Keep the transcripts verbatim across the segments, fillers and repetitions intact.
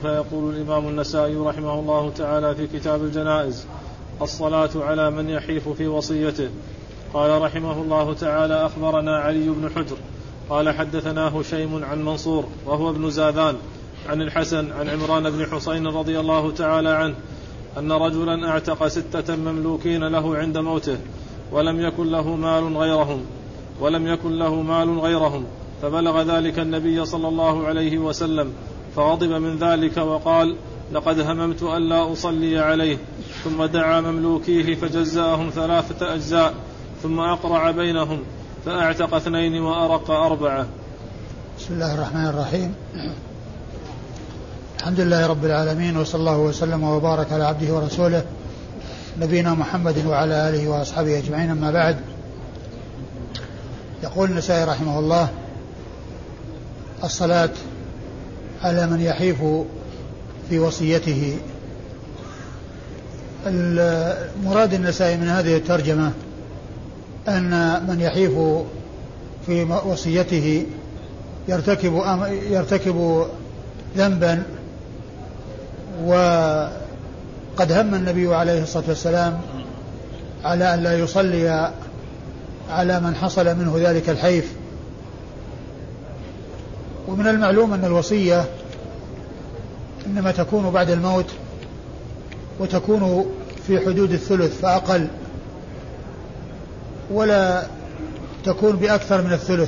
فيقول الإمام النسائي رحمه الله تعالى في كتاب الجنائز: الصلاة على من يحيف في وصيته. قال رحمه الله تعالى: أخبرنا علي بن حجر قال حدثنا هشيم عن منصور وهو ابن زاذان عن الحسن عن عمران بن حسين رضي الله تعالى عنه أن رجلا اعتق ستة مملوكين له عند موته ولم يكن له مال غيرهم ولم يكن له مال غيرهم فبلغ ذلك النبي صلى الله عليه وسلم فغضب من ذلك وقال: لقد هممت ألا أصلي عليه. ثم دعا مملوكيه فجزأهم ثلاثة أجزاء ثم أقرع بينهم فأعتق اثنين وأرق أربعة. بسم الله الرحمن الرحيم. الحمد لله رب العالمين، وصلى الله وسلم وبارك على عبده ورسوله نبينا محمد وعلى آله وأصحابه أجمعين. أما بعد، يقول النسائي رحمه الله: الصلاة على من يحيف في وصيته. المراد النسائي من هذه الترجمة أن من يحيف في وصيته يرتكب يرتكب ذنبا، وقد هم النبي عليه الصلاة والسلام على أن لا يصلي على من حصل منه ذلك الحيف. ومن المعلوم أن الوصية إنما تكون بعد الموت، وتكون في حدود الثلث فأقل، ولا تكون بأكثر من الثلث،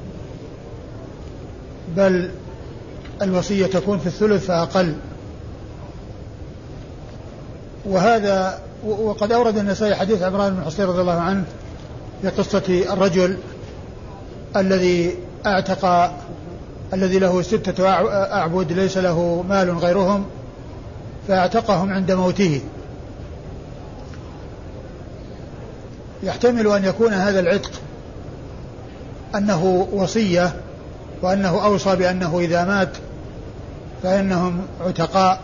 بل الوصية تكون في الثلث فأقل. وهذا وقد أورد النسائي حديث عمران بن حسين رضي الله عنه في قصة الرجل الذي اعتق الذي له ستة أعبد ليس له مال غيرهم فاعتقهم عند موته. يحتمل أن يكون هذا العتق أنه وصية، وأنه أوصى بأنه إذا مات فإنهم عتقاء،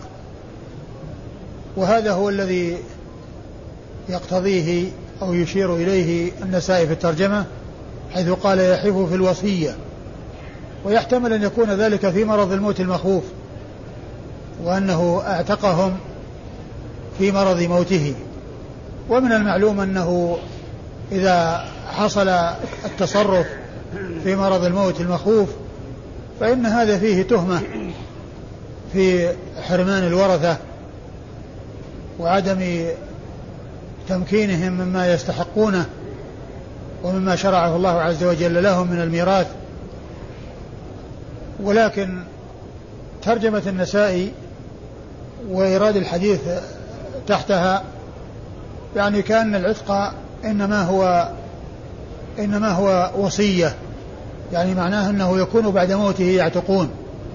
وهذا هو الذي يقتضيه أو يشير إليه النسائي في الترجمة حيث قال يحيف في الوصية. ويحتمل أن يكون ذلك في مرض الموت المخوف، وأنه اعتقهم في مرض موته. ومن المعلوم أنه إذا حصل التصرف في مرض الموت المخوف فإن هذا فيه تهمة في حرمان الورثة وعدم تمكينهم مما يستحقونه ومما شرعه الله عز وجل لهم من الميراث. ولكن ترجمة النسائي وإيراد الحديث تحتها يعني كأن العتق إنما هو إنما هو وصية، يعني معناه أنه يكون بعد موته يعتقون.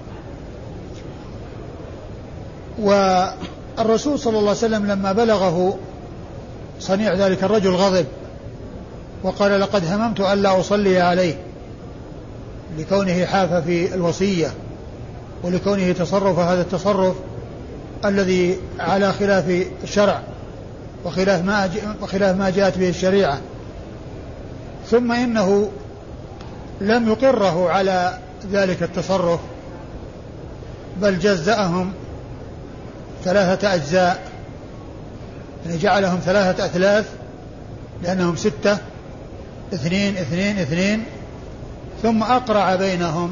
والرسول صلى الله عليه وسلم لما بلغه صنيع ذلك الرجل غضب وقال: لقد هممت ألا أصلي عليه، لكونه حاف في الوصية ولكونه تصرف هذا التصرف الذي على خلاف الشرع وخلاف ما وخلاف ما جاءت به الشريعة. ثم إنه لم يقره على ذلك التصرف، بل جزأهم ثلاثة أجزاء، يعني جعلهم ثلاثة أثلاث لأنهم ستة، اثنين اثنين اثنين، ثم أقرع بينهم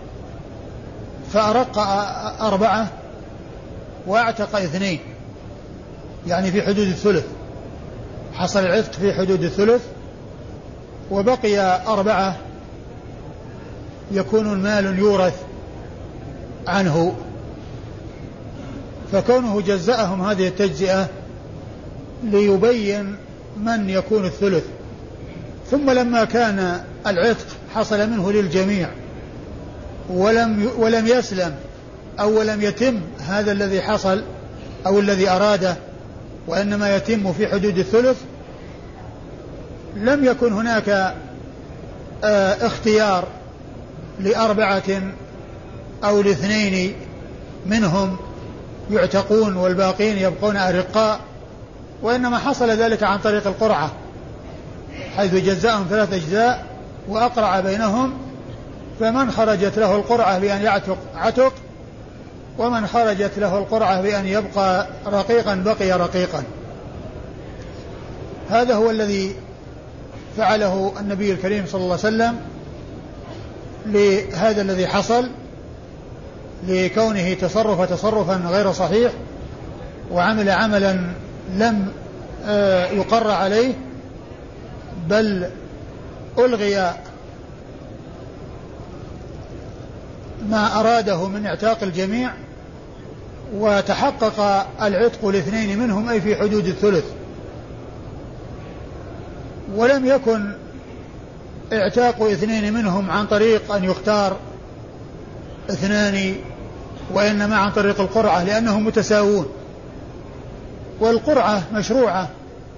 فأرق أربعة وأعتق اثنين، يعني في حدود الثلث. حصل العتق في حدود الثلث، وبقي أربعة يكون المال يورث عنه. فكونه جزأهم هذه التجزئة ليبين من يكون الثلث. ثم لما كان العتق حصل منه للجميع ولم ولم يسلم أو لم يتم هذا الذي حصل أو الذي أراده، وإنما يتم في حدود الثلث، لم يكن هناك اه اختيار لأربعة أو لاثنين منهم يعتقون والباقين يبقون أرقاء، وإنما حصل ذلك عن طريق القرعة، حيث جزاهم ثلاث أجزاء وأقرع بينهم، فمن خرجت له القرعة بأن يعتق عتق، ومن خرجت له القرعة بأن يبقى رقيقا بقي رقيقا. هذا هو الذي فعله النبي الكريم صلى الله عليه وسلم لهذا الذي حصل، لكونه تصرف تصرفا غير صحيح وعمل عملا لم يقر عليه، بل ألغي ما أراده من اعتاق الجميع وتحقق العتق لاثنين منهم أي في حدود الثلث، ولم يكن اعتاق اثنين منهم عن طريق أن يختار اثنان، وإنما عن طريق القرعة لأنهم متساوون، والقرعة مشروعة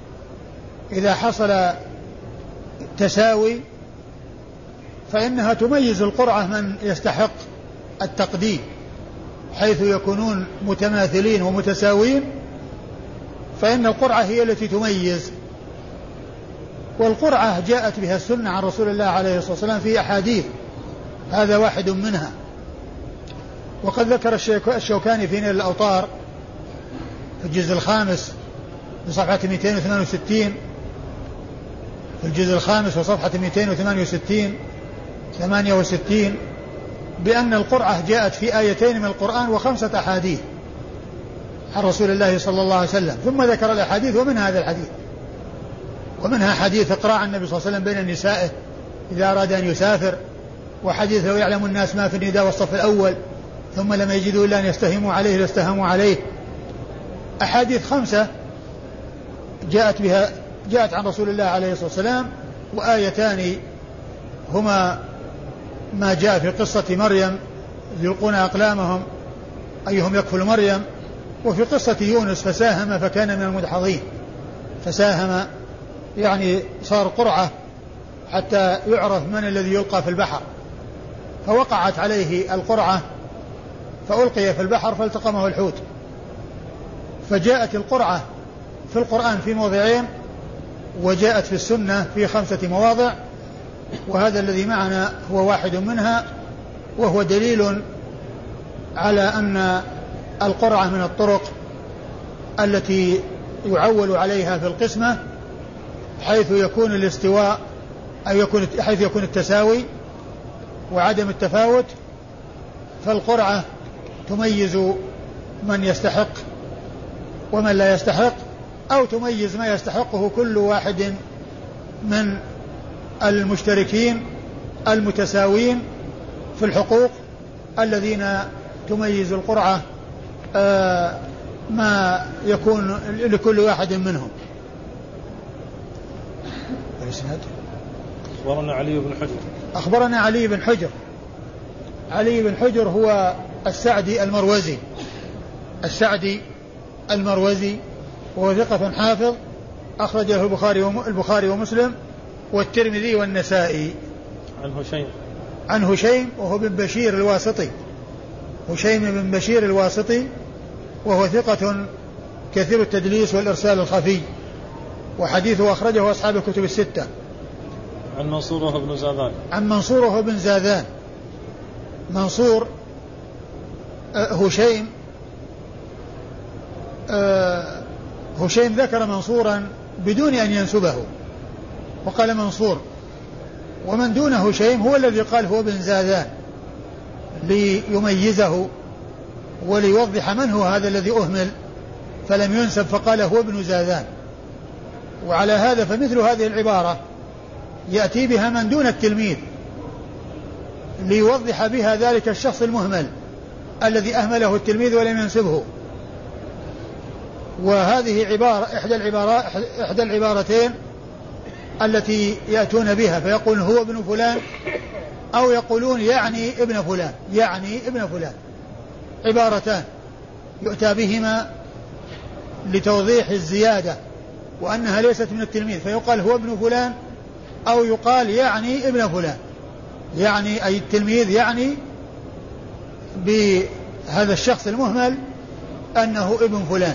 إذا حصل تساوي فإنها تميز القرعة من يستحق التقديم، حيث يكونون متماثلين ومتساوين فإن القرعة هي التي تميز. والقرعة جاءت بها السنة عن رسول الله عليه الصلاة والسلام في أحاديث، هذا واحد منها. وقد ذكر الشوكاني في نيل الأوطار في الجزء الخامس بصفحة مئتين وثمانية وستين، في الجزء الخامس وصفحة مئتين وثمانية وستين ثمانية وستين بأن القرعة جاءت في آيتين من القرآن وخمسة أحاديث عن رسول الله صلى الله عليه وسلم، ثم ذكر الأحاديث ومن هذا الحديث، ومنها حديث إقراع النبي صلى الله عليه وسلم بين نسائه إذا أراد أن يسافر، وحديث لو يعلم الناس ما في النداء والصف الأول ثم لم يجدوا إلا أن يستهموا عليه لاستهموا عليه. أحاديث خمسة جاءت بها جاءت عن رسول الله عليه الصلاة والسلام، وآيتان هما ما جاء في قصة مريم يلقون أقلامهم أيهم يكفل مريم، وفي قصة يونس فساهم فكان من المدحضين، فساهم يعني صار قرعة حتى يعرف من الذي يلقى في البحر، فوقعت عليه القرعة فألقي في البحر فالتقمه الحوت. فجاءت القرعة في القرآن في موضعين، وجاءت في السنة في خمسة مواضع، وهذا الذي معنا هو واحد منها، وهو دليل على أن القرعة من الطرق التي يعول عليها في القسمة، حيث يكون الاستواء أي يكون حيث يكون التساوي وعدم التفاوت، فالقرعة تميز من يستحق ومن لا يستحق، أو تميز ما يستحقه كل واحد من المشتركين المتساوين في الحقوق الذين تميز القرعة آه ما يكون لكل واحد منهم. أخبرنا علي بن حجر أخبرنا علي بن حجر علي بن حجر هو السعدي المروزي السعدي المروزي وهو ثقة حافظ، أخرج له البخاري البخاري ومسلم والترمذي والنسائي. عن هشيم عن هشيم وهو بن بشير الواسطي هشيم بن بشير الواسطي وهو ثقة كثير التدليس والإرسال الخفي، وحديثه أخرجه أصحاب الكتب الستة. عن منصور وهو بن زاذان عن منصور وهو بن زاذان منصور آه هشيم آه هشيم ذكر منصورا بدون أن ينسبه وقال منصور، ومن دون هشيم هو الذي قال هو بن زاذان ليميزه وليوضح من هو هذا الذي أهمل فلم ينسب فقال هو ابن زاذان. وعلى هذا فمثل هذه العبارة يأتي بها من دون التلميذ ليوضح بها ذلك الشخص المهمل الذي أهمله التلميذ ولم ينسبه. وهذه عبارة إحدى العبارات إحدى العبارتين التي يأتون بها، فيقول هو ابن فلان أو يقولون يعني ابن فلان يعني ابن فلان عبارتان يؤتى بهما لتوضيح الزيادة وأنها ليست من التلميذ، فيقال هو ابن فلان أو يقال يعني ابن فلان، يعني أي التلميذ يعني بهذا الشخص المهمل أنه ابن فلان.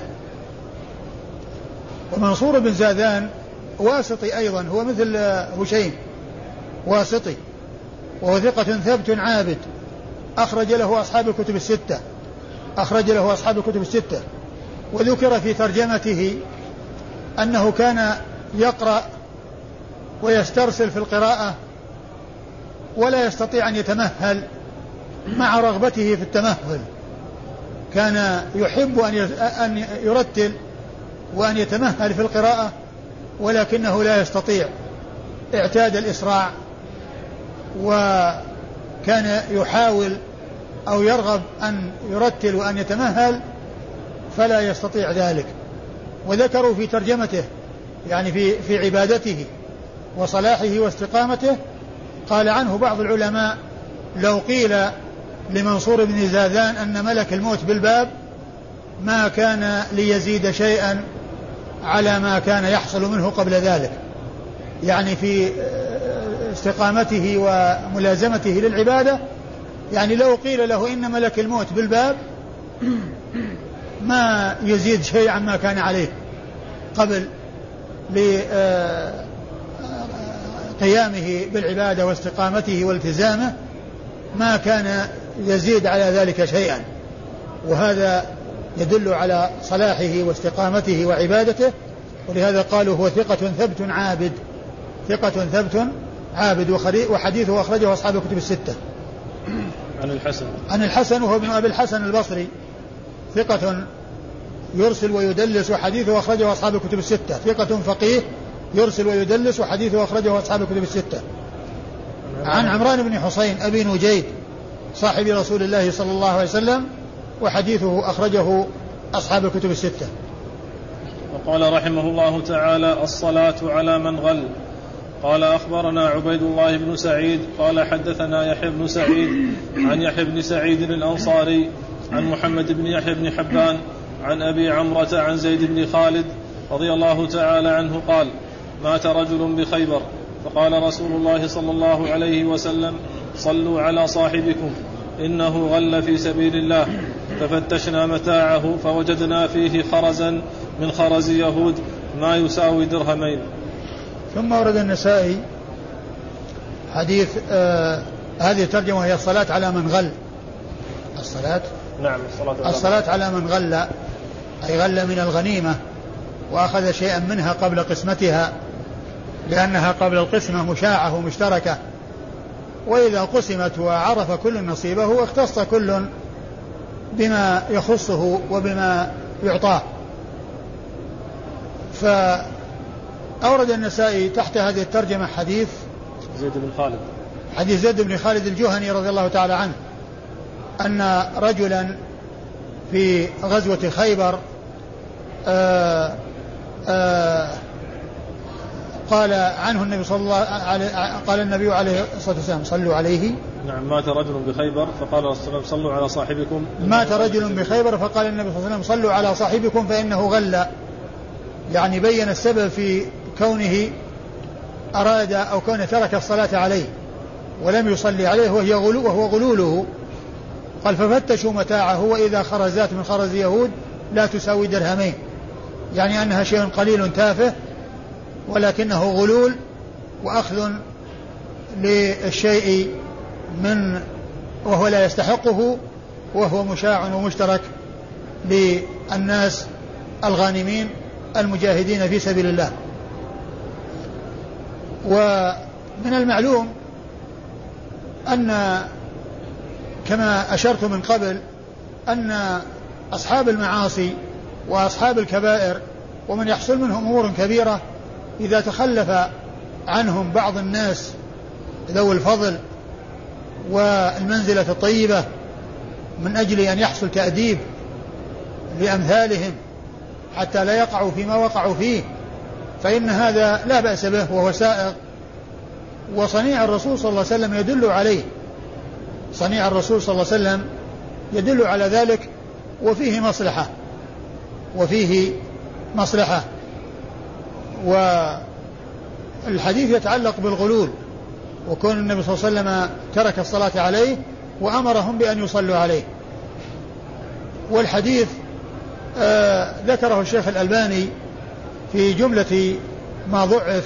ومنصور بن زاذان واسطي أيضا، هو مثل هشيم واسطي، وهو ثقة ثبت عابد، أخرج له أصحاب الكتب الستة. أخرج له أصحاب الكتب الستة. وذكر في ترجمته أنه كان يقرأ ويسترسل في القراءة ولا يستطيع أن يتمهل مع رغبته في التمهل، كان يحب أن يرتل وأن يتمهل في القراءة ولكنه لا يستطيع، اعتاد الإسراع، وكان يحاول أو يرغب أن يرتل وأن يتمهل فلا يستطيع ذلك. وذكروا في ترجمته يعني في, في عبادته وصلاحه واستقامته، قال عنه بعض العلماء لو قيل لمنصور بن زاذان أن ملك الموت بالباب ما كان ليزيد شيئا على ما كان يحصل منه قبل ذلك، يعني في استقامته وملازمته للعبادة. يعني لو قيل له إن ملك الموت بالباب ما يزيد شيئا عما كان عليه قبل لقيامه بالعبادة واستقامته والتزامه، ما كان يزيد على ذلك شيئا. وهذا يدل على صلاحه واستقامته وعبادته، ولهذا قالوا هو ثقة ثبت عابد، ثقة ثبت عابد. وحديثه أخرجه أصحاب الكتب الستة. عن الحسن عن الحسن وهو ابن أبي الحسن البصري، ثقة يرسل ويدلس، وحديثه أخرجه أصحاب الكتب الستة. ثقة فقيه يرسل ويدلس، وحديثه أخرجه أصحاب الكتب الستة. عن عمران بن حسين أبي نجيد صاحب رسول الله صلى الله عليه وسلم، وحديثه أخرجه أصحاب الكتب الستة. وقال رحمه الله تعالى: الصلاة على من غل. قال أخبرنا عبيد الله بن سعيد قال حدثنا يحيى بن سعيد عن يحيى بن سعيد الأنصاري عن محمد بن يحيى بن حبان عن أبي عمرة عن زيد بن خالد رضي الله تعالى عنه قال: مات رجل بخيبر فقال رسول الله صلى الله عليه وسلم: صلوا على صاحبكم إنه غل في سبيل الله. ففتشنا متاعه فوجدنا فيه خرزا من خرز يهود ما يساوي درهمين. ثم ورد النسائي حديث آه هذه الترجمة وهي الصلاة على من غل. الصلاة نعم الصلاة, الصلاة على من غل، أي غل من الغنيمة وأخذ شيئا منها قبل قسمتها، لأنها قبل القسمة مشاعة ومشتركة، وإذا قسمت وعرف كل نصيبه اختص كل بما يخصه وبما يعطاه. فأورد النسائي تحت هذه الترجمة حديث زيد بن خالد حديث زيد بن خالد الجهني رضي الله تعالى عنه أن رجلا في غزوة خيبر آآ آآ قال عنه النبي صلى الله عليه قال النبي عليه الصلاة والسلام: صلوا عليه. نعم. مات رجل بخيبر فقال رسول الله: صلوا على صاحبكم. مات رجل بخيبر فقال النبي صلى الله عليه وسلم: صلوا على صاحبكم فإنه غل. يعني بين السبب في كونه أراد أو كونه ترك الصلاة عليه ولم يصلي عليه وهي غلو وهو غلوله. قال: ففتشوا متاعه وإذا خرزات من خرز يهود لا تساوي درهمين، يعني أنها شيء قليل تافه ولكنه غلول وأخذ للشيء من وهو لا يستحقه، وهو مشاع ومشترك للناس الغانمين المجاهدين في سبيل الله. ومن المعلوم أن كما أشرت من قبل أن أصحاب المعاصي وأصحاب الكبائر ومن يحصل منهم أمور كبيرة إذا تخلف عنهم بعض الناس ذوي الفضل والمنزلة الطيبة من أجل أن يحصل تأديب لأمثالهم حتى لا يقعوا فيما وقعوا فيه، فإن هذا لا بأس به وهو سائغ. وصنيع الرسول صلى الله عليه وسلم يدل عليه، صنيع الرسول صلى الله عليه وسلم يدل على ذلك، وفيه مصلحة وفيه مصلحة. والحديث يتعلق بالغلول، وكون النبي صلى الله عليه وسلم ترك الصلاة عليه وأمرهم بأن يصلوا عليه. والحديث آه ذكره الشيخ الألباني في جملة ما ضعف،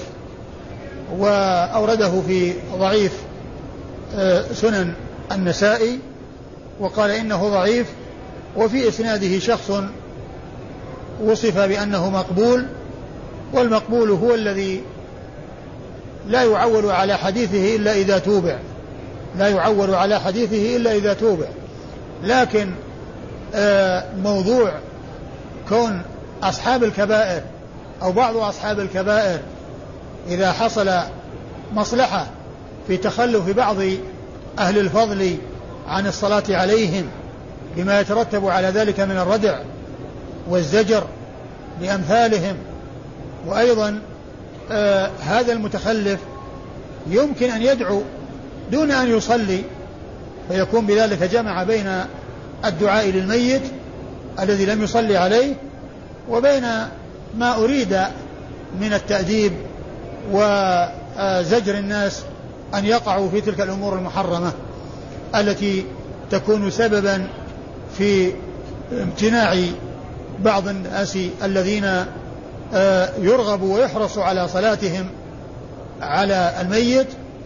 وأورده في ضعيف آه سنن النسائي، وقال إنه ضعيف وفي إسناده شخص وصف بأنه مقبول، والمقبول هو الذي لا يعول على حديثه إلا إذا توبع، لا يعول على حديثه إلا إذا توبع. لكن موضوع كون أصحاب الكبائر أو بعض أصحاب الكبائر إذا حصل مصلحة في تخلف بعض أهل الفضل عن الصلاة عليهم بما يترتب على ذلك من الردع والزجر لأمثالهم، وأيضا آه هذا المتخلف يمكن أن يدعو دون أن يصلي، فيكون بذلك جمع بين الدعاء للميت الذي لم يصلي عليه وبين ما أريد من التأديب وزجر الناس أن يقعوا في تلك الأمور المحرمة التي تكون سببا في امتناع بعض الناس الذين يرغب ويحرص على صلاتهم على الميت،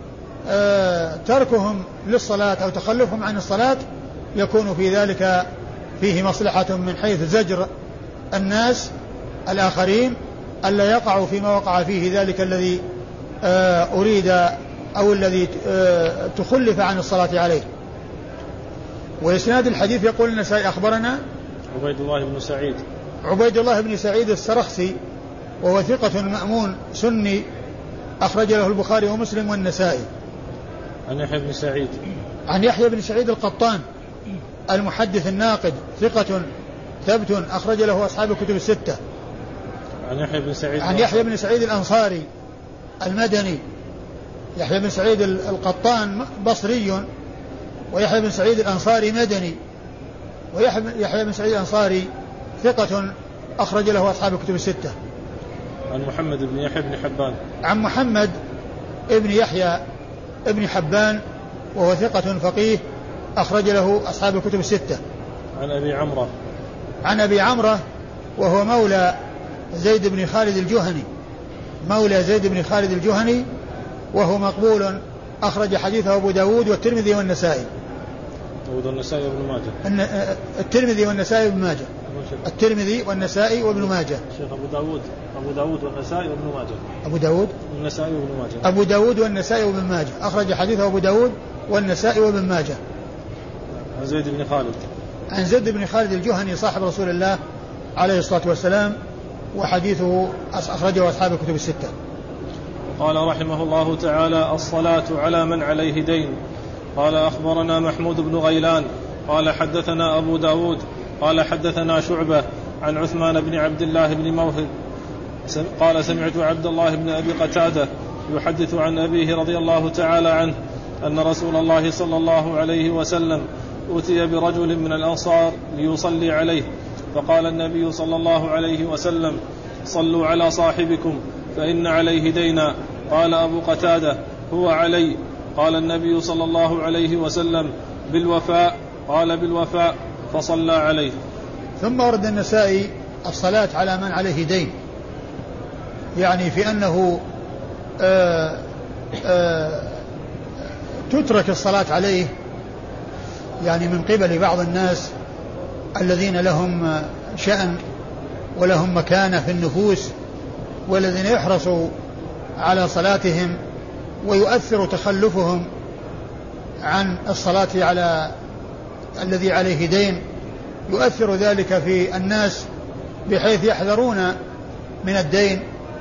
تركهم للصلاة أو تخلفهم عن الصلاة يكون في ذلك فيه مصلحة من حيث زجر الناس الآخرين ألا يقعوا فيما وقع فيه ذلك الذي أريد أو الذي تخلف عن الصلاة عليه. وإسناد الحديث يقول النسائي أخبرنا عبيد الله بن سعيد عبيد الله بن سعيد السرخسي وهو ثقة مأمون سني أخرج له البخاري ومسلم والنسائي. عن يحيى بن سعيد عن يحيى بن سعيد القطان المحدث الناقد ثقة ثبت أخرج له أصحاب الكتب الستة. عن يحيى بن سعيد عن يحيى بن سعيد الأنصاري المدني. يحيى بن سعيد القطان بصري، ويحيى بن سعيد الأنصاري مدني، ويحيى بن سعيد الأنصاري ثقة أخرج له أصحاب الكتب الستة. عن محمد بن يحيى بن حبان عن محمد ابن يحيى ابن حبان وهو ثقة فقيه أخرج له أصحاب الكتب الستة. عن أبي عمرة عن أبي عمرة وهو مولى زيد بن خالد الجهني مولى زيد بن خالد الجهني وهو مقبول أخرج حديثه أبو داود والترمذي والنسائي. داود والنسائي وابن ماجه. الترمذي والنسائي وابن ماجه. الترمذي والنسائي وابن ماجه. شيخ أبو داود أبو داود والنسائي وابن ماجه. أبو داود والنسائي وابن ماجه. أبو داود والنسائي وابن ماجه أخرج حديثه أبو داود والنسائي وابن ماجه. عن زيد بن خالد عن زيد بن خالد الجهني صاحب رسول الله عليه الصلاة والسلام وحديثه أخرجه أصحاب الكتب الستة. قال رحمه الله تعالى: الصلاة على من عليه دين. قال أخبرنا محمود بن غيلان قال حدثنا أبو داود قال حدثنا شعبة عن عثمان بن عبد الله بن موهب قال سمعت عبد الله بن أبي قتادة يحدث عن أبيه رضي الله تعالى عنه أن رسول الله صلى الله عليه وسلم أتي برجل من الأنصار ليصلي عليه، فقال النبي صلى الله عليه وسلم: صلوا على صاحبكم فإن عليه دينا. قال أبو قتادة: هو علي. قال النبي صلى الله عليه وسلم: بالوفاء. قال: بالوفاء. فصلى عليه. ثم ورد النسائي الصلاة على من عليه دين، يعني في أنه آآ آآ تترك الصلاة عليه يعني من قبل بعض الناس الذين لهم شأن ولهم مكانة في النفوس والذين يحرصوا على صلاتهم ويؤثر تخلفهم عن الصلاة على الذي عليه دين، يؤثر ذلك في الناس بحيث يحذرون من الدين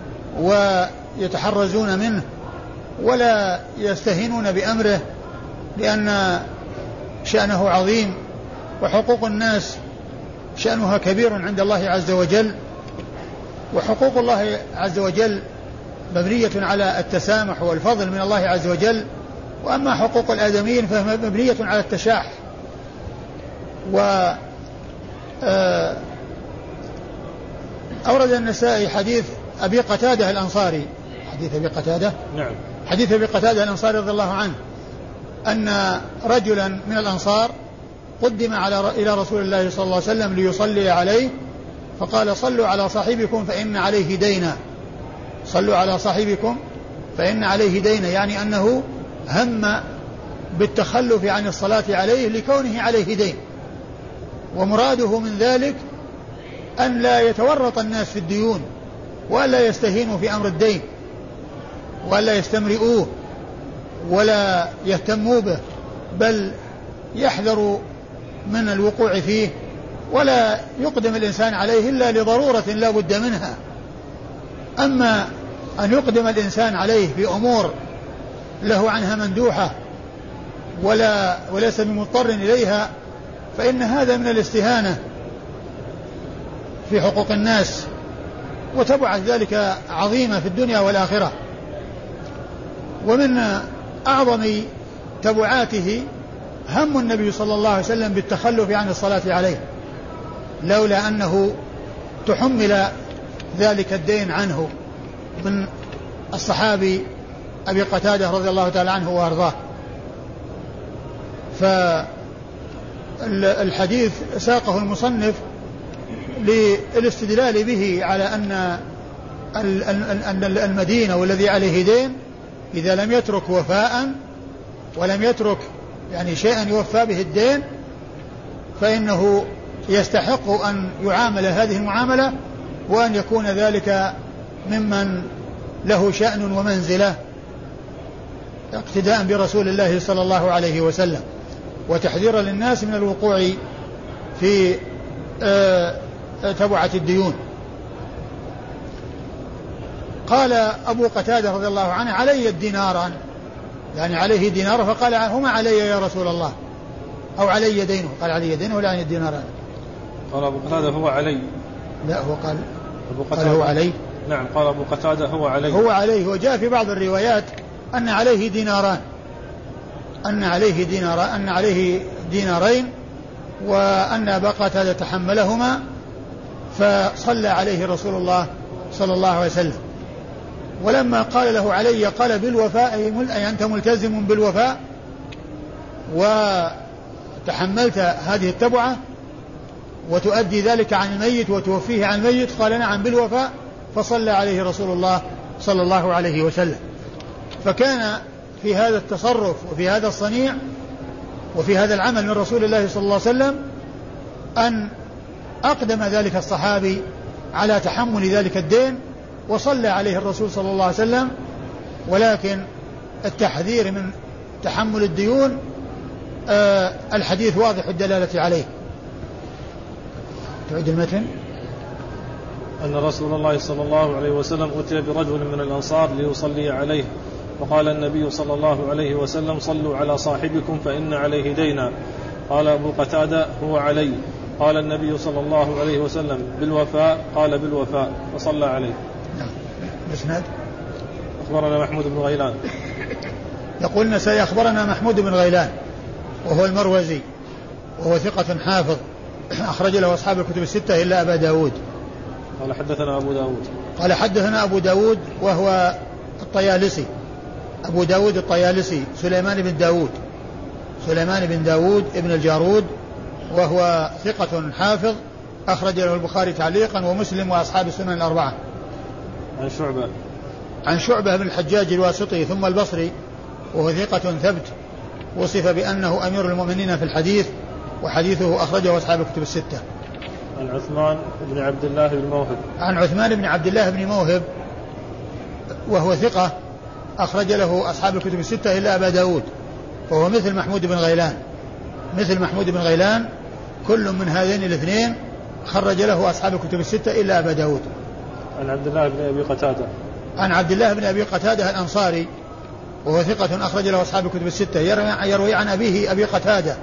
ويتحرزون منه ولا يستهينون بأمره، لأن شأنه عظيم وحقوق الناس شأنها كبير عند الله عز وجل، وحقوق الله عز وجل مبنية على التسامح والفضل من الله عز وجل، وأما حقوق الآدميين فهي مبنية على التشاح. و أورد النسائي حديث أبي قتادة الأنصاري حديث أبي قتادة نعم حديث أبي قتادة الأنصاري رضي الله عنه أن رجلا من الأنصار قدم على إلى رسول الله صلى الله عليه وسلم ليصلي عليه، فقال: صلوا على صاحبكم فإن عليه دينا. صلوا على صاحبكم فإن عليه دينا، يعني أنه هم بالتخلف عن الصلاة عليه لكونه عليه دين، ومراده من ذلك أن لا يتورط الناس في الديون ولا يستهينوا في أمر الدين ولا يستمرئوه ولا يهتموا به، بل يحذروا من الوقوع فيه، ولا يقدم الإنسان عليه إلا لضرورة لا بد منها. أما أن يقدم الإنسان عليه في أمور له عنها مندوحة ولا وليس بمضطر إليها، فإن هذا من الاستهانة في حقوق الناس، وتبعت ذلك عظيمة في الدنيا والآخرة. ومن أعظم تبعاته هم النبي صلى الله عليه وسلم بالتخلف عن الصلاة عليه، لولا أنه تحمل ذلك الدين عنه من الصحابي أبي قتادة رضي الله تعالى عنه وأرضاه. فالحديث ساقه المصنف للاستدلال به على أن المدينة والذي عليه دين إذا لم يترك وفاء ولم يترك يعني شيئا يوفى به الدين فإنه يستحق أن يعامل هذه المعاملة، وأن يكون ذلك ممن له شأن ومنزلة اقتداء برسول الله صلى الله عليه وسلم، وتحذيرا للناس من الوقوع في تبعة الديون. قال أبو قتادة رضي الله عنه: علي الديناران، يعني عليه دينار، فقال: هما علي يا رسول الله، أو علي دينه، قال علي دينه ولا علي الديناران؟ قال أبو قتادة: هو علي. لا، هو قال أبو قال هو علي. نعم، قال أبو قتادة: هو علي. هو عليه. وجاء في بعض الروايات أن عليه ديناران، أن عليه دينار أن عليه دينارين، وأن أبا قتادة تحملهما فصلى عليه رسول الله صلى الله عليه وسلم. ولما قال له علي قال: بالوفاء، أي أنت ملتزم بالوفاء وتحملت هذه التبعة وتؤدي ذلك عن الميت وتوفيه عن الميت؟ قال: نعم بالوفاء. فصلى عليه رسول الله صلى الله عليه وسلم. فكان في هذا التصرف وفي هذا الصنيع وفي هذا العمل من رسول الله صلى الله عليه وسلم أن أقدم ذلك الصحابي على تحمل ذلك الدين وصلى عليه الرسول صلى الله عليه وسلم. ولكن التحذير من تحمل الديون آه الحديث واضح الدلالة عليه. تعيد المتن. أن رسول الله صلى الله عليه وسلم أتي برجل من الأنصار ليصلي عليه، فقال النبي صلى الله عليه وسلم: صلوا على صاحبكم فإن عليه دينا. قال أبو قتادة: هو علي. قال النبي صلى الله عليه وسلم: بالوفاء. قال: بالوفاء. فصلى عليه. نعم. الإسناد. أخبرنا محمود بن غيلان. يقول النسائي: أخبرنا محمود بن غيلان وهو المروزي وهو ثقة حافظ أخرج له أصحاب الكتب الستة إلا أبا داود. قال حدثنا أبو داود. قال حدثنا أبو داود وهو الطيالسي، أبو داود الطيالسي سليمان بن داود سليمان بن داود ابن الجارود، وهو ثقة حافظ أخرج له البخاري تعليقا ومسلم وأصحاب السنن الأربعة. عن شعبة عن شعبة بن الحجاج الواسطي ثم البصري، وهو ثقة ثبت، وصف بأنه أمير المؤمنين في الحديث، وحديثه أخرجه أصحاب الكتب الستة. عن عثمان بن عبد الله بن موهب عن عثمان بن عبد الله بن موهب وهو ثقة أخرج له أصحاب الكتب الستة إلا أبا داود، وهو مثل محمود بن غيلان مثل محمود بن غيلان كل من هذين الاثنين خرج له أصحاب الكتب الستة إلا أبا داود. عن عبد الله بن أبي قتادة عن عبد الله بن أبي قتادة الأنصاري، وهو ثقة أخرج له أصحاب الكتب الستة، يروي عن أبيه أبي قتادة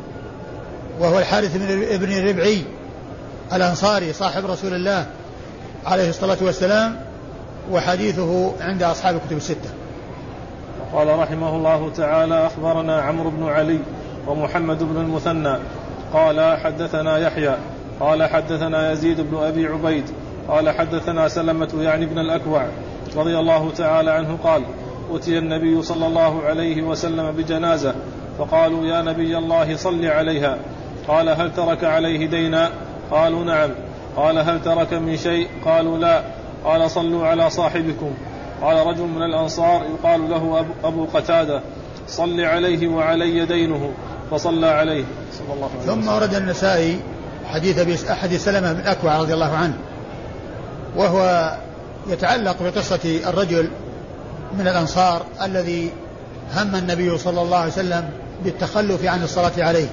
وهو الحارث بن الربعي الأنصاري صاحب رسول الله عليه الصلاة والسلام، وحديثه عند أصحاب الكتب الستة. قال رحمه الله تعالى: أخبرنا عمرو بن علي ومحمد بن المثنى قال حدثنا يحيى قال حدثنا يزيد بن أبي عبيد قال حدثنا سلمة يعني بن الأكوع رضي الله تعالى عنه قال: أتي النبي صلى الله عليه وسلم بجنازة فقالوا: يا نبي الله صل عليها. قال: هل ترك عليه دينا؟ قالوا: نعم. قال: هل ترك من شيء؟ قالوا: لا. قال: صلوا على صاحبكم. قال رجل من الأنصار يقال له أبو قتادة: صل عليه وعلي دينه. فصلى عليه صلى الله عليه وسلم. ثم ورد النسائي حديث حديث سلمة بن الأكوع رضي الله عنه، وهو يتعلق بقصة الرجل من الأنصار الذي هم النبي صلى الله عليه وسلم بالتخلف عن الصلاة عليه،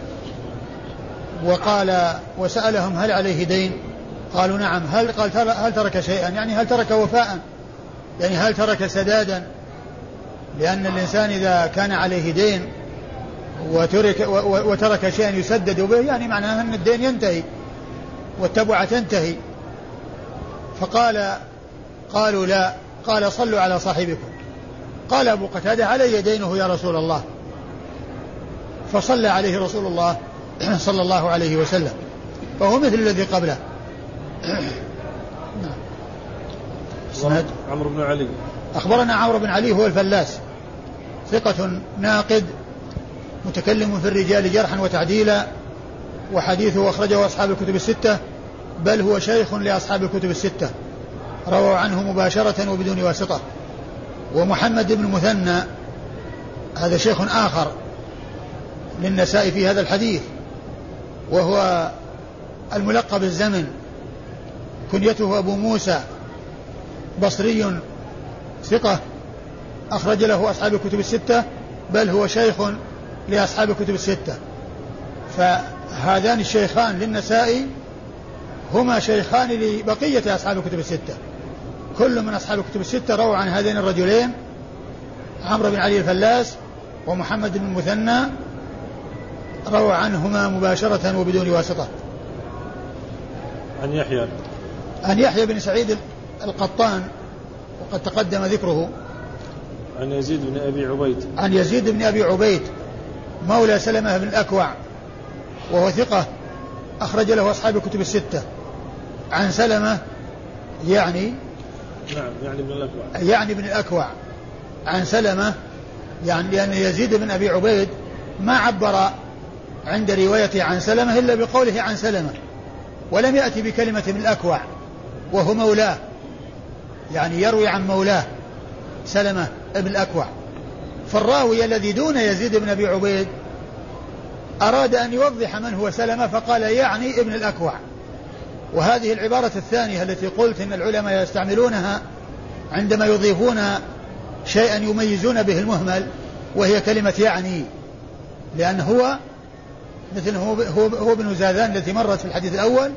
وقال وسألهم هل عليه دين؟ قالوا نعم. هل قال هل ترك شيئا؟ يعني هل ترك وفاء، يعني هل ترك سدادا؟ لأن الإنسان إذا كان عليه دين وترك وترك شيئا يسدد به يعني معناه أن الدين ينتهي والتبعة تنتهي. فقال قالوا لا. قال صلوا على صاحبكم. قال أبو قتادة علي دينه يا رسول الله، فصلى عليه رسول الله صلى الله عليه وسلم، فهو مثل الذي قبله. نعم. عمرو بن علي. أخبرنا عمرو بن علي هو الفلاس، ثقة ناقد متكلم في الرجال جرحا وتعديلا، وحديثه أخرجه أصحاب الكتب الستة، بل هو شيخ لأصحاب الكتب الستة، رووا عنه مباشرة وبدون واسطة. ومحمد بن المثنى هذا شيخ آخر للنسائي في هذا الحديث، وهو الملقب الزمن، كنيته أبو موسى، بصري ثقة أخرج له أصحاب الكتب الستة، بل هو شيخ لأصحاب الكتب الستة. فهذان الشيخان للنسائي هما شيخان لبقية أصحاب الكتب الستة، كل من أصحاب الكتب الستة رووا عن هذين الرجلين، عمرو بن علي الفلاس ومحمد بن المثنى، رووا عنهما مباشرة وبدون واسطة. عن يحيى عن يحيى بن سعيد القطان وقد تقدم ذكره. عن يزيد بن أبي عبيد. عن يزيد بن أبي عبيد مولى سلمة بن الأكوع، وهو ثقة أخرج له أصحاب الكتب الستة. عن سلمة يعني نعم يعني بن الأكوع يعني بن الأكوع عن سلمة، يعني لأن يزيد بن أبي عبيد ما عبر عند روايته عن سلمة إلا بقوله عن سلمة، ولم يأتي بكلمة من الأكوع وهو مولاه، يعني يروي عن مولاه سلمة ابن الأكوع. فالراوي الذي دون يزيد بن أبي عبيد أراد أن يوضح من هو سلمة فقال يعني ابن الأكوع. وهذه العبارة الثانية التي قلت إن العلماء يستعملونها عندما يضيفون شيئا يميزون به المهمل، وهي كلمة يعني، لأن هو مثل هو, هو, هو ابن زاذان التي مرت في الحديث الأول،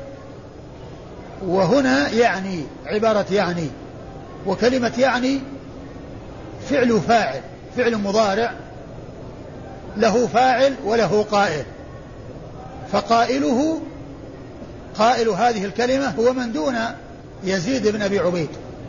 وهنا يعني عبارة يعني، وكلمة يعني فعل فاعل، فعل مضارع له فاعل وله قائل، فقائله قائل هذه الكلمة هو من دون يزيد بن أبي عبيد،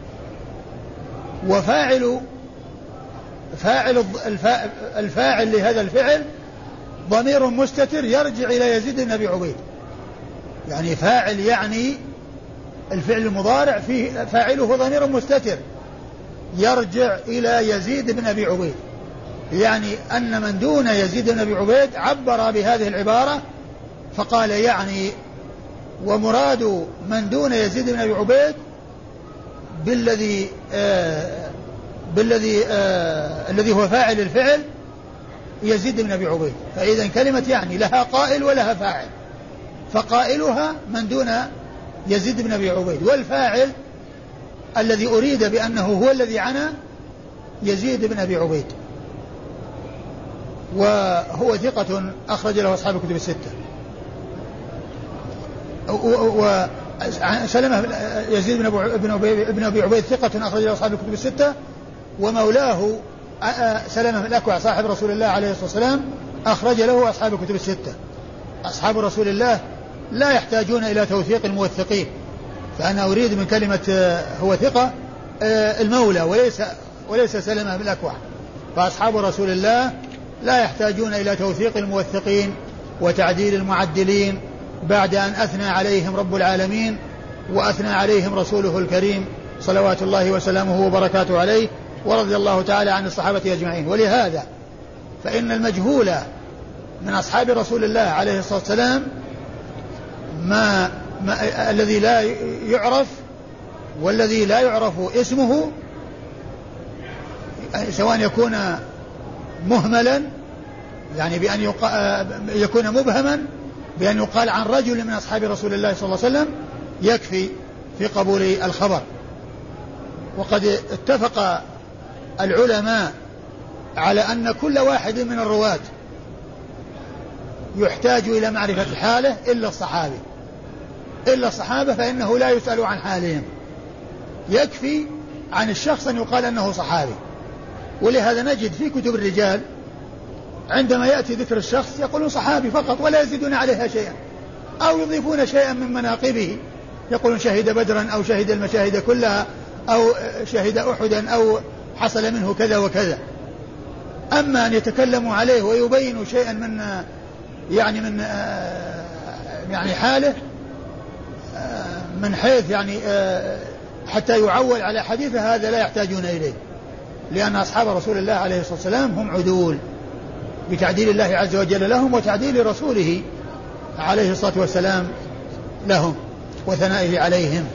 وفاعل فاعل الفاعل لهذا الفعل ضمير مستتر يرجع إلى يزيد بن أبي عبيد. يعني فاعل يعني الفعل المضارع فيه فاعله ضمير مستتر يرجع إلى يزيد بن أبي عبيد، يعني أن من دون يزيد بن أبي عبيد عبر بهذه العبارة فقال يعني، ومراد من دون يزيد بن أبي عبيد بالذي آه بالذي آه الذي هو فاعل الفعل يزيد بن أبي عبيد. فإذا كلمة يعني لها قائل ولها فاعل، فقائلها من دون يزيد بن أبي عبيد، والفاعل الذي أريد بأنه هو الذي عنا يزيد بن أبي عبيد، وهو ثقة أخرج له أصحاب الكتب الستة. وسلمة يزيد بن أبي عبيد ثقة أخرج له أصحاب الكتب الستة، ومولاه سلمة بن الأكوع صاحب رسول الله عليه الصلاة والسلام أخرج له أصحاب الكتب الستة. أصحاب رسول الله لا يحتاجون إلى توثيق الموثقين، فأنا أريد من كلمة هو ثقة المولى وليس وليس سلمة بن الأكوع. فأصحاب رسول الله لا يحتاجون إلى توثيق الموثقين وتعديل المعدلين بعد أن أثنى عليهم رب العالمين وأثنى عليهم رسوله الكريم صلوات الله وسلامه وبركاته عليه، ورضي الله تعالى عن الصحابة أجمعين. ولهذا فإن المجهول من أصحاب رسول الله عليه الصلاة والسلام ما, ما الذي لا يعرف والذي لا يعرف اسمه، سواء يكون مهملا يعني بأن يكون مبهما بأن يقال عن رجل من أصحاب رسول الله صلى الله عليه وسلم يكفي في قبول الخبر. وقد اتفق العلماء على أن كل واحد من الرواة يحتاج إلى معرفة حاله إلا الصحابي، إلا الصحابة فإنه لا يسأل عن حالهم، يكفي عن الشخص أن يقال أنه صحابي. ولهذا نجد في كتب الرجال عندما يأتي ذكر الشخص يقولون صحابي فقط ولا يزيدون عليها شيئا، أو يضيفون شيئا من مناقبه، يقولون شهد بدرا أو شهد المشاهد كلها أو شهد أحدا أو حصل منه كذا وكذا. أما أن يتكلموا عليه ويبينوا شيئا من يعني من يعني حاله من حيث يعني حتى يعول على حديثه، هذا لا يحتاجون إليه، لأن أصحاب رسول الله عليه الصلاة والسلام هم عدول بتعديل الله عز وجل لهم وتعديل رسوله عليه الصلاة والسلام لهم وثنائه عليهم.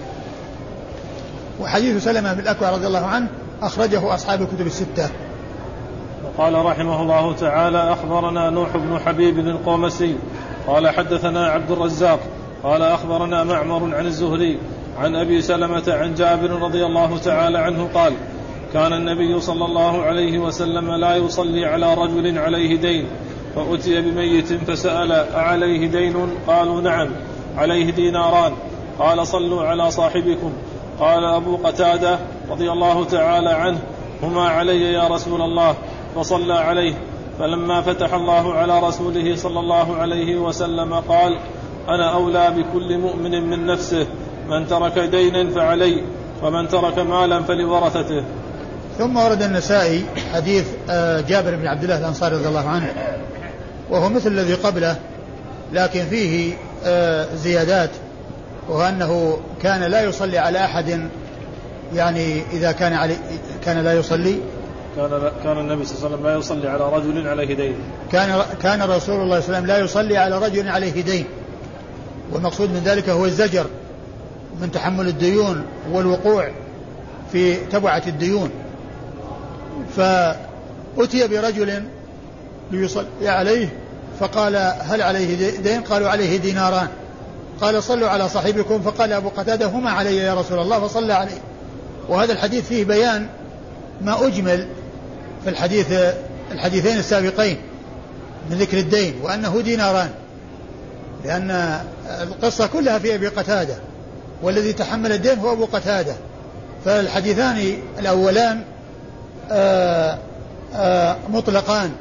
وحديث سلمة بن الأكوع رضي الله عنه أخرجه أصحاب الكتب الستة. وقال رحمه الله تعالى: أخبرنا نوح بن حبيب القومسي قال حدثنا عبد الرزاق قال أخبرنا معمر عن الزهري عن أبي سلمة عن جابر رضي الله تعالى عنه قال: كان النبي صلى الله عليه وسلم لا يصلي على رجل عليه دين، فأتي بميت فسأل: أعليه دين؟ قالوا: نعم، عليه ديناران. قال: صلوا على صاحبكم. قال أبو قتادة رضي الله تعالى عنه: هما علي يا رسول الله، فصلى عليه. فلما فتح الله على رسوله صلى الله عليه وسلم قال: أنا أولى بكل مؤمن من نفسه، من ترك دينا فعلي، ومن ترك مالا فلورثته. ثم ورد النسائي حديث جابر بن عبد الله الأنصاري رضي الله عنه، وهو مثل الذي قبله لكن فيه زيادات، وهو أنه كان لا يصلي على أحد، يعني إذا كان علي كان لا يصلي كان كان النبي صلى الله عليه وسلم لا يصلي على رجل عليه دين. كان كان رسول الله صلى الله عليه وسلم لا يصلي على رجل عليه دين، والمقصود من ذلك هو الزجر من تحمل الديون والوقوع في تبعة الديون. فأتي برجل ليصلي عليه فقال: هل عليه دين؟ قالوا: عليه ديناران. قال: صلوا على صاحبكم. فقال أبو قتادة: هما علي يا رسول الله، فصلى عليه. وهذا الحديث فيه بيان ما أجمل في الحديث الحديثين السابقين من ذكر الدين، وأنه ديناران، لأن القصة كلها في أبي قتادة، والذي تحمل الدين هو أبو قتادة. فالحديثان الأولان آآ آآ مطلقان،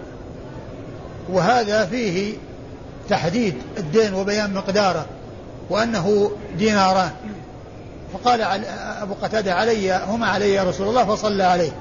وهذا فيه تحديد الدين وبيان مقداره وأنه ديناران. فقال أبو قتادة: علي هما علي يا رسول الله، فصلى عليه.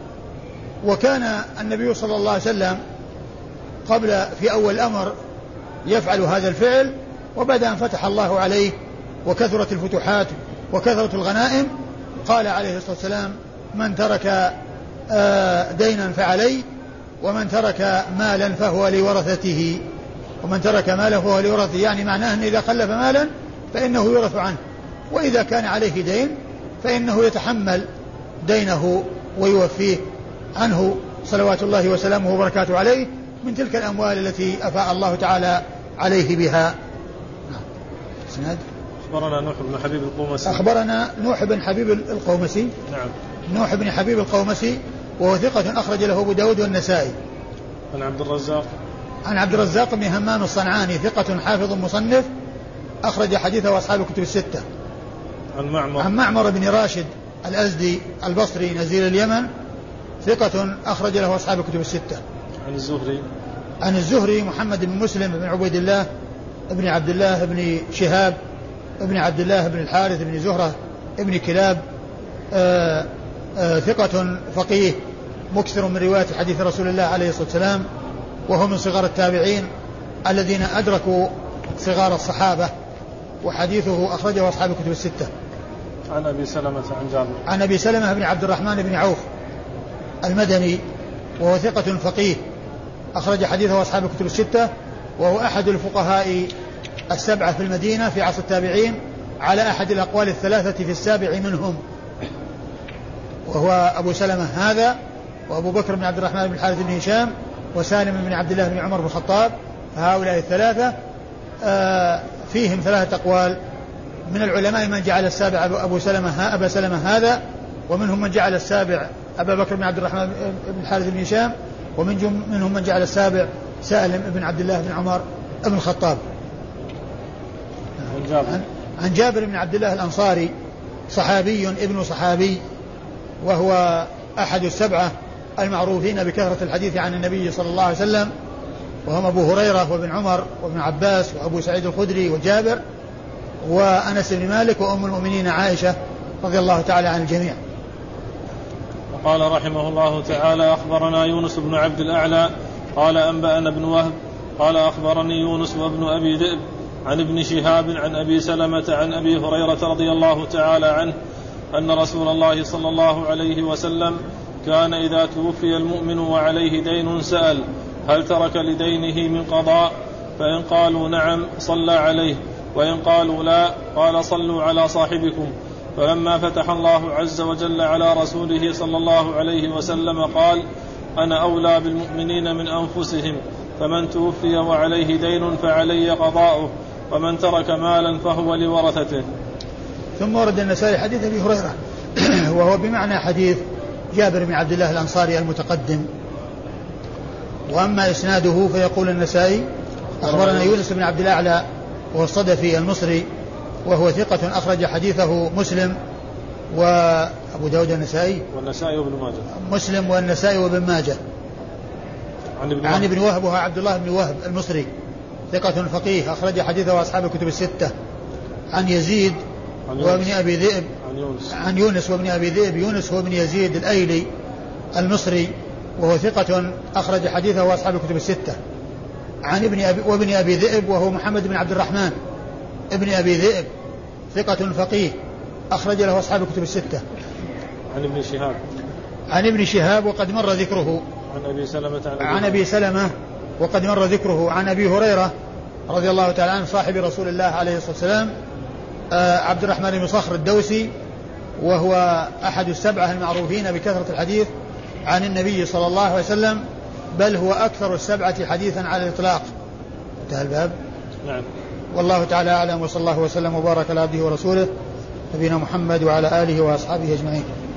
وكان النبي صلى الله عليه وسلم قبل في أول الأمر يفعل هذا الفعل، وبعد أن فتح الله عليه وكثرت الفتوحات وكثرت الغنائم قال عليه الصلاة والسلام: من ترك دينا فعلي، ومن ترك مالا فهو لورثته. ومن ترك مالا فهو لورثته، يعني معناه أن إذا خلف مالا فإنه يورث عنه، وإذا كان عليه دين فإنه يتحمل دينه ويوفيه عنه صلوات الله وسلامه وبركاته عليه من تلك الأموال التي أفاء الله تعالى عليه بها. سند. أخبرنا نوح بن حبيب القومسي أخبرنا نوح بن حبيب القومسي نعم نوح بن حبيب القومسي وهو ثقة أخرج له أبو داود والنسائي. عن عبد الرزاق عن عبد الرزاق بن همام الصنعاني ثقة حافظ مصنف أخرج حديثه أصحاب الكتب الستة. عن معمر عن معمر بن راشد الأزدي البصري نزيل اليمن ثقة أخرج له أصحاب الكتب الستة. عن الزهري عن الزهري محمد بن مسلم بن عبيد الله ابن عبد الله بن شهاب ابن عبد الله بن الحارث بن زهرة ابن كلاب آآ آآ ثقة فقيه مكثر من رواية حديث رسول الله عليه الصلاة والسلام، وهو من صغار التابعين الذين أدركوا صغار الصحابة، وحديثه أخرجه أصحاب الكتب الستة. عن أبي سلمة عن جابر عن أبي سلمة بن عبد الرحمن بن عوف المدني وهو ثقة فقيه أخرج حديثه أصحاب الكتب الستة، وهو أحد الفقهاء السبعة في المدينة في عصر التابعين على أحد الأقوال الثلاثة في السابع منهم، وهو أبو سلمة هذا وأبو بكر بن عبد الرحمن بن الحارث بن هشام وسالم بن عبد الله بن عمر بن الخطاب، هؤلاء الثلاثة آه فيهم ثلاثة أقوال من العلماء: من جعل السابع أبو سلمة أبا سلمة هذا، ومنهم من جعل السابع أبا بكر بن عبد الرحمن بن الحارث بن هشام، ومنهم من جعل السابع سالم بن عبد الله بن عمر بن الخطاب. عن, عن جابر بن عبد الله الأنصاري صحابي ابن صحابي، وهو أحد السبعة المعروفين بكثرة الحديث عن النبي صلى الله عليه وسلم، وهم أبو هريرة وابن عمر وابن عباس وأبو سعيد الخدري وجابر وأنس بن مالك وأم المؤمنين عائشة رضي الله تعالى عن الجميع. وقال رحمه الله تعالى: أخبرنا يونس بن عبد الأعلى قال أنبأنا ابن وهب قال أخبرني يونس وابن أبي ذئب عن ابن شهاب عن أبي سلمة عن أبي هريرة رضي الله تعالى عنه أن رسول الله صلى الله عليه وسلم كان إذا توفي المؤمن وعليه دين سأل: هل ترك لدينه من قضاء؟ فإن قالوا نعم صلى عليه، وإن قالوا لا قال: صلوا على صاحبكم. فلما فتح الله عز وجل على رسوله صلى الله عليه وسلم قال: أنا أولى بالمؤمنين من أنفسهم، فمن توفي وعليه دين فعلي قضاؤه، ومن ترك مالا فهو لورثته. ثم ورد النسائي حديث أبي هريرة وهو بمعنى حديث جابر بن عبد الله الأنصاري المتقدم. وأما إسناده فيقول النسائي: أخبرنا يونس بن عبد الأعلى وهو الصدفي المصري، وهو ثقة أخرج حديثه مسلم وأبو داود النسائي والنسائي وابن ماجه. مسلم والنسائي وابن ماجه. عن ابن, عن ابن وهب وهو عبد الله بن وهب المصري ثقة فقيه أخرج حديثه أصحاب الكتب الستة. عن يزيد وابن أبي ذئب عن يونس. عن يونس وابن أبي ذئب. يونس هو ابن يزيد الأيلي المصري، وهو ثقة أخرج حديثه أصحاب الكتب الستة. عن ابن أبي وابن أبي ذئب وهو محمد بن عبد الرحمن ابن أبي ذئب ثقة فقيه أخرج له أصحاب الكتب الستة. عن ابن شهاب عن ابن شهاب وقد مر ذكره. عن أبي سلمة عن, عن أبي سلمة وقد مر ذكره. عن أبي هريرة رضي الله تعالى عنه صاحب رسول الله عليه الصلاة والسلام، آه عبد الرحمن بن صخر الدوسي، وهو أحد السبعة المعروفين بكثرة الحديث عن النبي صلى الله عليه وسلم، بل هو أكثر السبعة حديثا على الإطلاق. انتهى الباب. نعم. والله تعالى أعلم، وصلى الله وسلم وبارك على عبده ورسوله نبينا محمد وعلى آله وأصحابه أجمعين.